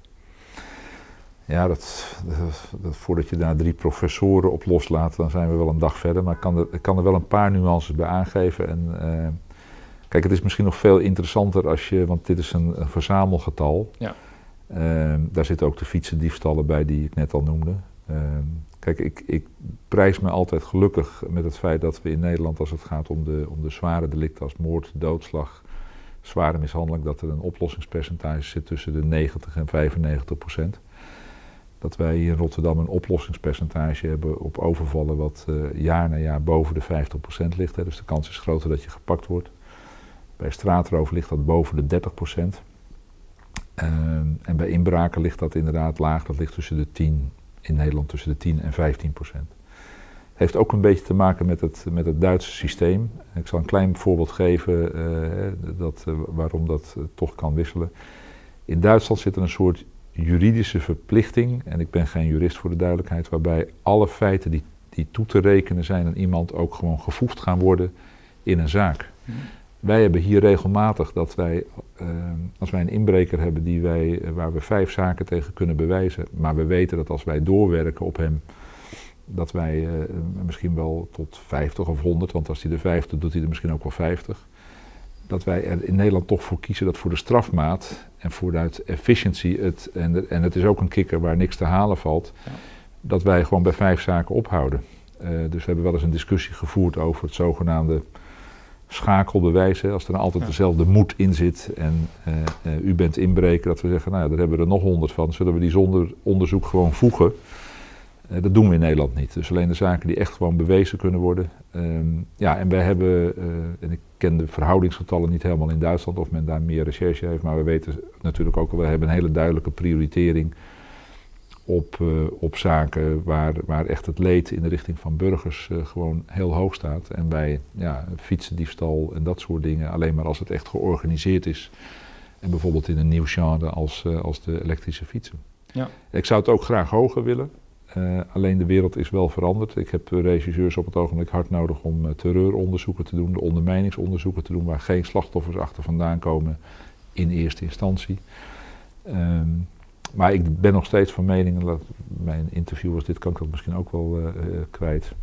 Ja, dat, dat, dat, voordat je daar drie professoren op loslaat, dan zijn we wel een dag verder. Maar ik kan er, ik kan er wel een paar nuances bij aangeven. En, uh, kijk, het is misschien nog veel interessanter als je, want dit is een, een verzamelgetal. Ja. Uh, daar zitten ook de fietsendiefstallen bij die ik net al noemde. Uh, kijk, ik, ik prijs me altijd gelukkig met het feit dat we in Nederland, als het gaat om de, om de zware delicten als moord, doodslag, zware mishandeling, dat er een oplossingspercentage zit tussen de negentig en vijfennegentig procent. Dat wij hier in Rotterdam een oplossingspercentage hebben op overvallen wat uh, jaar na jaar boven de vijftig procent ligt. Hè. Dus de kans is groter dat je gepakt wordt. Bij straatroof ligt dat boven de dertig procent. Uh, en bij inbraken ligt dat inderdaad laag. Dat ligt tussen de tien, in Nederland tussen de tien en vijftien procent. Heeft ook een beetje te maken met het, met het Duitse systeem. Ik zal een klein voorbeeld geven uh, dat, uh, waarom dat uh, toch kan wisselen. In Duitsland zit er een soort juridische verplichting, en ik ben geen jurist voor de duidelijkheid, waarbij alle feiten die, die toe te rekenen zijn aan iemand ook gewoon gevoegd gaan worden in een zaak. Mm. Wij hebben hier regelmatig dat wij, uh, als wij een inbreker hebben die wij, uh, waar we vijf zaken tegen kunnen bewijzen, maar we weten dat als wij doorwerken op hem, dat wij uh, misschien wel tot vijftig of honderd, want als hij er vijftig doet, hij er misschien ook wel vijftig. Dat wij er in Nederland toch voor kiezen dat voor de strafmaat en voor de efficiëntie, het, en, de, en het is ook een kikker waar niks te halen valt, ja. Dat wij gewoon bij vijf zaken ophouden. Uh, dus we hebben wel eens een discussie gevoerd over het zogenaamde schakelbewijs. Hè, als er dan altijd ja. dezelfde moed in zit en uh, uh, u bent inbreker, dat we zeggen, nou ja, daar hebben we er nog honderd van, zullen we die zonder onderzoek gewoon voegen? Uh, dat doen we in Nederland niet. Dus alleen de zaken die echt gewoon bewezen kunnen worden. Um, ja, en wij hebben, uh, en ik ken de verhoudingsgetallen niet helemaal in Duitsland of men daar meer recherche heeft, maar we weten natuurlijk ook, we hebben een hele duidelijke prioritering op, uh, op zaken waar, waar echt het leed in de richting van burgers uh, gewoon heel hoog staat. En bij ja, fietsendiefstal en dat soort dingen, alleen maar als het echt georganiseerd is. En bijvoorbeeld in een nieuw genre als, uh, als de elektrische fietsen. Ja. Ik zou het ook graag hoger willen. Uh, alleen de wereld is wel veranderd. Ik heb regisseurs op het ogenblik hard nodig om uh, terreuronderzoeken te doen, de ondermijningsonderzoeken te doen, waar geen slachtoffers achter vandaan komen in eerste instantie. Um, maar ik ben nog steeds van mening, dat mijn interview was dit, kan ik dat misschien ook wel uh, uh, kwijt,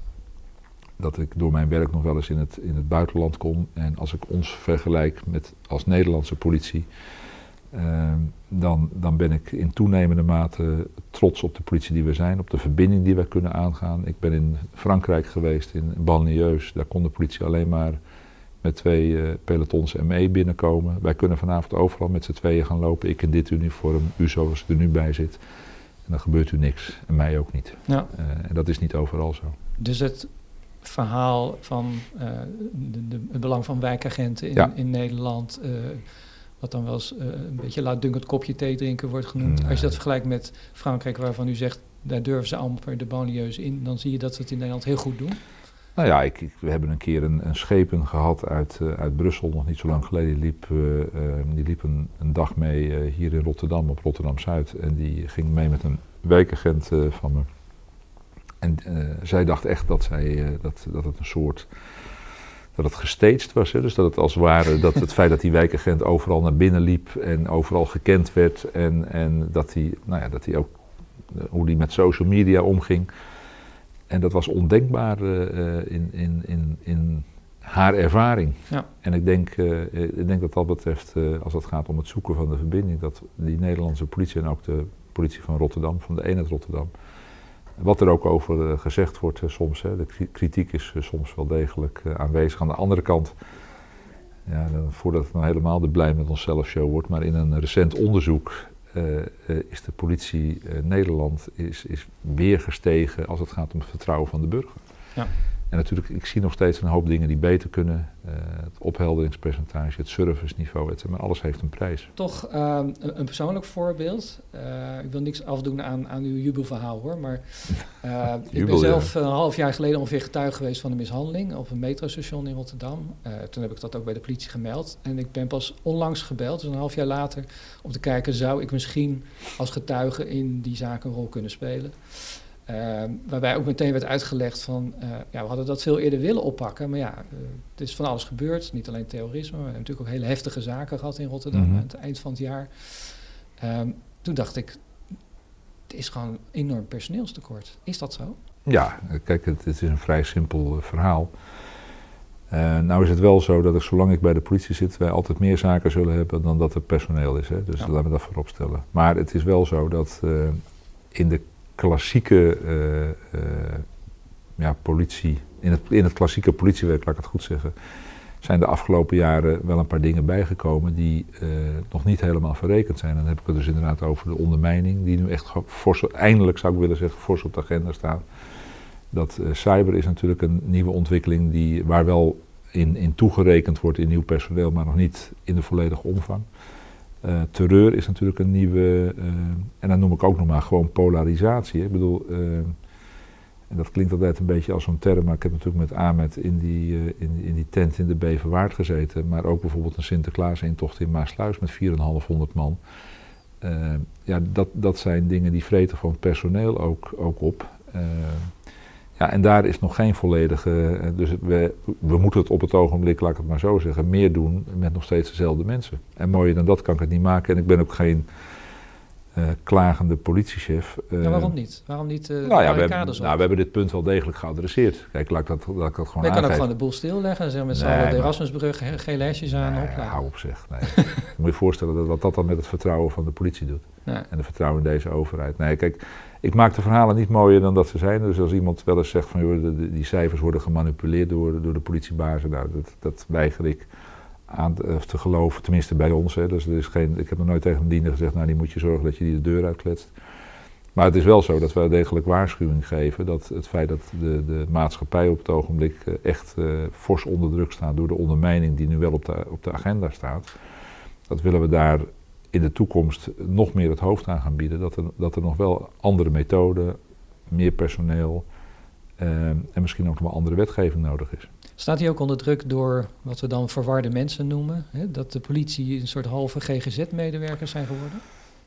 dat ik door mijn werk nog wel eens in het, in het buitenland kom. En als ik ons vergelijk met als Nederlandse politie, Uh, dan, dan ben ik in toenemende mate trots op de politie die we zijn, op de verbinding die wij kunnen aangaan. Ik ben in Frankrijk geweest, in Banlieues, daar kon de politie alleen maar met twee uh, pelotons M E binnenkomen. Wij kunnen vanavond overal met z'n tweeën gaan lopen, ik in dit uniform, u zoals er nu bij zit. En dan gebeurt u niks, en mij ook niet. Ja. Uh, en dat is niet overal zo. Dus het verhaal van uh, de, de, het belang van wijkagenten in, ja. in Nederland, Uh, wat dan wel eens uh, een beetje laatdunkend kopje thee drinken wordt genoemd. Nee. Als je dat vergelijkt met Frankrijk, waarvan u zegt, daar durven ze amper de banlieues in, dan zie je dat ze het in Nederland heel goed doen. Nou ja, ik, ik, we hebben een keer een, een schepen gehad uit, uh, uit Brussel, nog niet zo lang geleden. Die liep, uh, uh, die liep een, een dag mee uh, hier in Rotterdam, op Rotterdam-Zuid. En die ging mee met een wijkagent uh, van me. En uh, zij dacht echt dat, zij, uh, dat, dat het een soort... dat het gestaged was, hè? Dus dat het als het ware, dat het feit dat die wijkagent overal naar binnen liep en overal gekend werd en, en dat hij, nou ja, dat hij ook, hoe hij met social media omging. En dat was ondenkbaar uh, in, in, in, in haar ervaring. Ja. En ik denk, uh, ik denk dat dat betreft, uh, als het gaat om het zoeken van de verbinding, dat die Nederlandse politie en ook de politie van Rotterdam, van de eenheid Rotterdam, wat er ook over uh, gezegd wordt uh, soms, hè, de kritiek is uh, soms wel degelijk uh, aanwezig. Aan de andere kant, ja, dan, voordat het nou helemaal de blij met onszelf show wordt, maar in een recent onderzoek uh, uh, is de politie uh, Nederland is, is weer gestegen als het gaat om het vertrouwen van de burger. Ja. En natuurlijk, ik zie nog steeds een hoop dingen die beter kunnen. Uh, het ophelderingspercentage, het serviceniveau, et cetera. Maar alles heeft een prijs. Toch uh, een, een persoonlijk voorbeeld. Uh, ik wil niks afdoen aan, aan uw jubelverhaal hoor. Maar uh, ik ben zelf ja. een half jaar geleden ongeveer getuige geweest van een mishandeling op een metrostation in Rotterdam. Uh, toen heb ik dat ook bij de politie gemeld. En ik ben pas onlangs gebeld, dus een half jaar later, om te kijken, zou ik misschien als getuige in die zaak een rol kunnen spelen. Uh, waarbij ook meteen werd uitgelegd van, uh, ja, we hadden dat veel eerder willen oppakken, maar ja, uh, het is van alles gebeurd, niet alleen terrorisme, maar we hebben natuurlijk ook hele heftige zaken gehad in Rotterdam mm-hmm. aan het eind van het jaar. Uh, toen dacht ik, het is gewoon een enorm personeelstekort. Is dat zo? Ja, kijk, het, het is een vrij simpel uh, verhaal. Uh, nou is het wel zo dat ik, zolang ik bij de politie zit, wij altijd meer zaken zullen hebben dan dat er personeel is. Hè? Dus ja. laten we dat voorop stellen. Maar het is wel zo dat uh, in de klassieke uh, uh, ja, politie, in het, in het klassieke politiewerk, laat ik het goed zeggen, zijn de afgelopen jaren wel een paar dingen bijgekomen die uh, nog niet helemaal verrekend zijn. En dan heb ik het dus inderdaad over de ondermijning, die nu echt fors, eindelijk zou ik willen zeggen, fors op de agenda staat. Dat uh, cyber is natuurlijk een nieuwe ontwikkeling die, waar wel in, in toegerekend wordt in nieuw personeel, maar nog niet in de volledige omvang. Uh, terreur is natuurlijk een nieuwe, uh, en dan noem ik ook nog maar gewoon polarisatie. Hè. Ik bedoel, uh, en dat klinkt altijd een beetje als zo'n term, maar ik heb natuurlijk met Ahmed in die, uh, in, in die tent in de Beverwaard gezeten, maar ook bijvoorbeeld een Sinterklaas-intocht in Maasluis met vierduizendvijfhonderd man. Uh, ja, dat, dat zijn dingen die vreten gewoon personeel ook, ook op. Uh, Ja, en daar is nog geen volledige, dus we, we moeten het op het ogenblik, laat ik het maar zo zeggen, meer doen met nog steeds dezelfde mensen. En mooier dan dat kan ik het niet maken. En ik ben ook geen uh, klagende politiechef. Uh, ja, waarom niet? Waarom niet uh, nou, ja, we hebben, nou, we hebben dit punt wel degelijk geadresseerd. Kijk, laat ik dat, laat ik dat gewoon Wij aangeven. kunnen ook gewoon de boel stilleggen en zeggen met z'n nee, allen de Erasmusbrug, he, gele hesjes aan nee, opladen. Hou op zeg. Nee. Je moet je voorstellen dat, wat dat dan met het vertrouwen van de politie doet. Nee. En het vertrouwen in deze overheid. Nee, kijk, ik maak de verhalen niet mooier dan dat ze zijn. Dus als iemand wel eens zegt van joh, de, de, die cijfers worden gemanipuleerd door, door de politiebazen, nou, dat, dat weiger ik aan te, te geloven, tenminste bij ons. Hè. Dus er is geen, ik heb nog nooit tegen een diener gezegd, nou die moet je zorgen dat je die de deur uitkletst. Maar het is wel zo dat wij degelijk waarschuwing geven dat het feit dat de, de maatschappij op het ogenblik echt uh, fors onder druk staat door de ondermijning die nu wel op de, op de agenda staat, dat willen we daar in de toekomst nog meer het hoofd aan gaan bieden. Dat er, dat er nog wel andere methoden, meer personeel uh, en misschien ook nog wel andere wetgeving nodig is. Staat hij ook onder druk door wat we dan verwarde mensen noemen? Hè? Dat de politie een soort halve G G Z-medewerkers zijn geworden?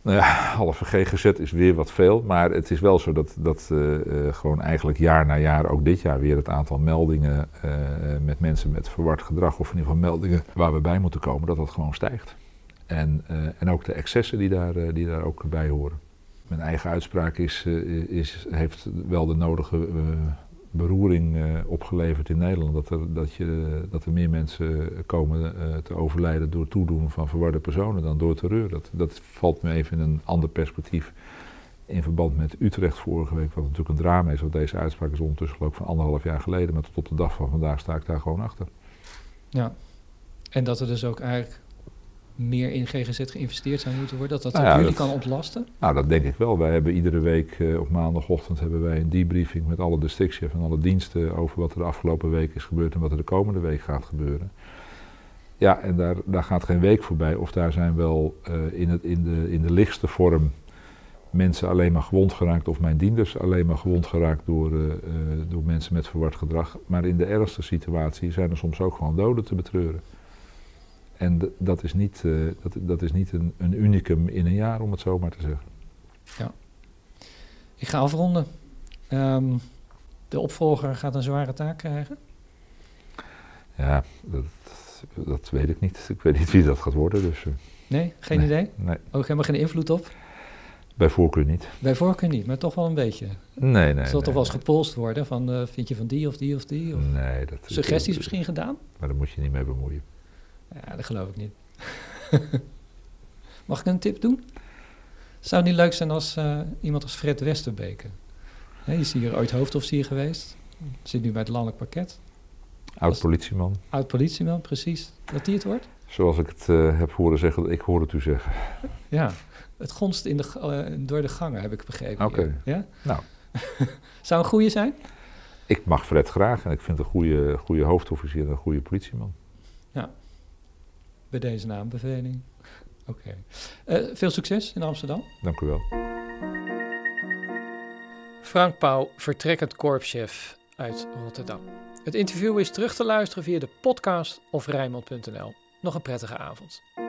Nou ja, halve G G Z is weer wat veel, maar het is wel zo dat, dat uh, uh, gewoon eigenlijk jaar na jaar, ook dit jaar weer het aantal meldingen uh, met mensen met verward gedrag, of in ieder geval meldingen waar we bij moeten komen, dat dat gewoon stijgt. En, uh, en ook de excessen die daar, uh, die daar ook bij horen. Mijn eigen uitspraak is, uh, is, heeft wel de nodige uh, beroering uh, opgeleverd in Nederland. Dat er, dat, je, dat er meer mensen komen uh, te overlijden door het toedoen van verwarde personen dan door terreur. Dat, dat valt me even in een ander perspectief in verband met Utrecht vorige week. Wat natuurlijk een drama is, want deze uitspraak is ondertussen geloof ik van anderhalf jaar geleden. Maar tot op de dag van vandaag sta ik daar gewoon achter. Ja, en dat er dus ook eigenlijk meer in G G Z geïnvesteerd zou moeten worden, dat dat nou ja, jullie dat, kan ontlasten? Nou, dat denk ik wel. Wij hebben iedere week uh, op maandagochtend hebben wij een debriefing met alle districtchefs en alle diensten over wat er de afgelopen week is gebeurd en wat er de komende week gaat gebeuren. Ja, en daar, daar gaat geen week voorbij of daar zijn wel uh, in, het, in, de, in de lichtste vorm mensen alleen maar gewond geraakt of mijn dienders alleen maar gewond geraakt door, uh, uh, door mensen met verward gedrag. Maar in de ergste situatie zijn er soms ook gewoon doden te betreuren. En d- dat is niet, uh, dat, dat is niet een, een unicum in een jaar, om het zo maar te zeggen. Ja. Ik ga afronden. Um, de opvolger gaat een zware taak krijgen? Ja, dat, dat weet ik niet. Ik weet niet wie dat gaat worden. Dus, uh, nee, geen nee, idee? Nee. Ook helemaal geen invloed op? Bij voorkeur niet. Bij voorkeur niet, maar toch wel een beetje? Nee, nee. Zal nee, toch wel eens nee. gepolst worden van uh, vind je van die of die of die? Of nee. Dat, suggesties dat, misschien gedaan? Maar daar moet je niet mee bemoeien. Ja, dat geloof ik niet. Mag ik een tip doen? Zou het niet leuk zijn als uh, iemand als Fred Westerbeke? He, is hier ooit hoofdofficier geweest. Zit nu bij het landelijk parket. Oud-politieman. Oud-politieman, precies. Dat die het wordt? Zoals ik het uh, heb horen zeggen, ik hoor het u zeggen. Ja, het gonst in de, uh, door de gangen, heb ik begrepen. Oké. Okay. Ja? Nou. Zou een goeie zijn? Ik mag Fred graag en ik vind een goede, goede hoofdofficier en een goede politieman. Ja. Bij deze naambeveling. Oké. Okay. Uh, veel succes in Amsterdam. Dank u wel. Frank Pauw, vertrekkend korpschef uit Rotterdam. Het interview is terug te luisteren via de podcast of Rijnmond punt n l. Nog een prettige avond.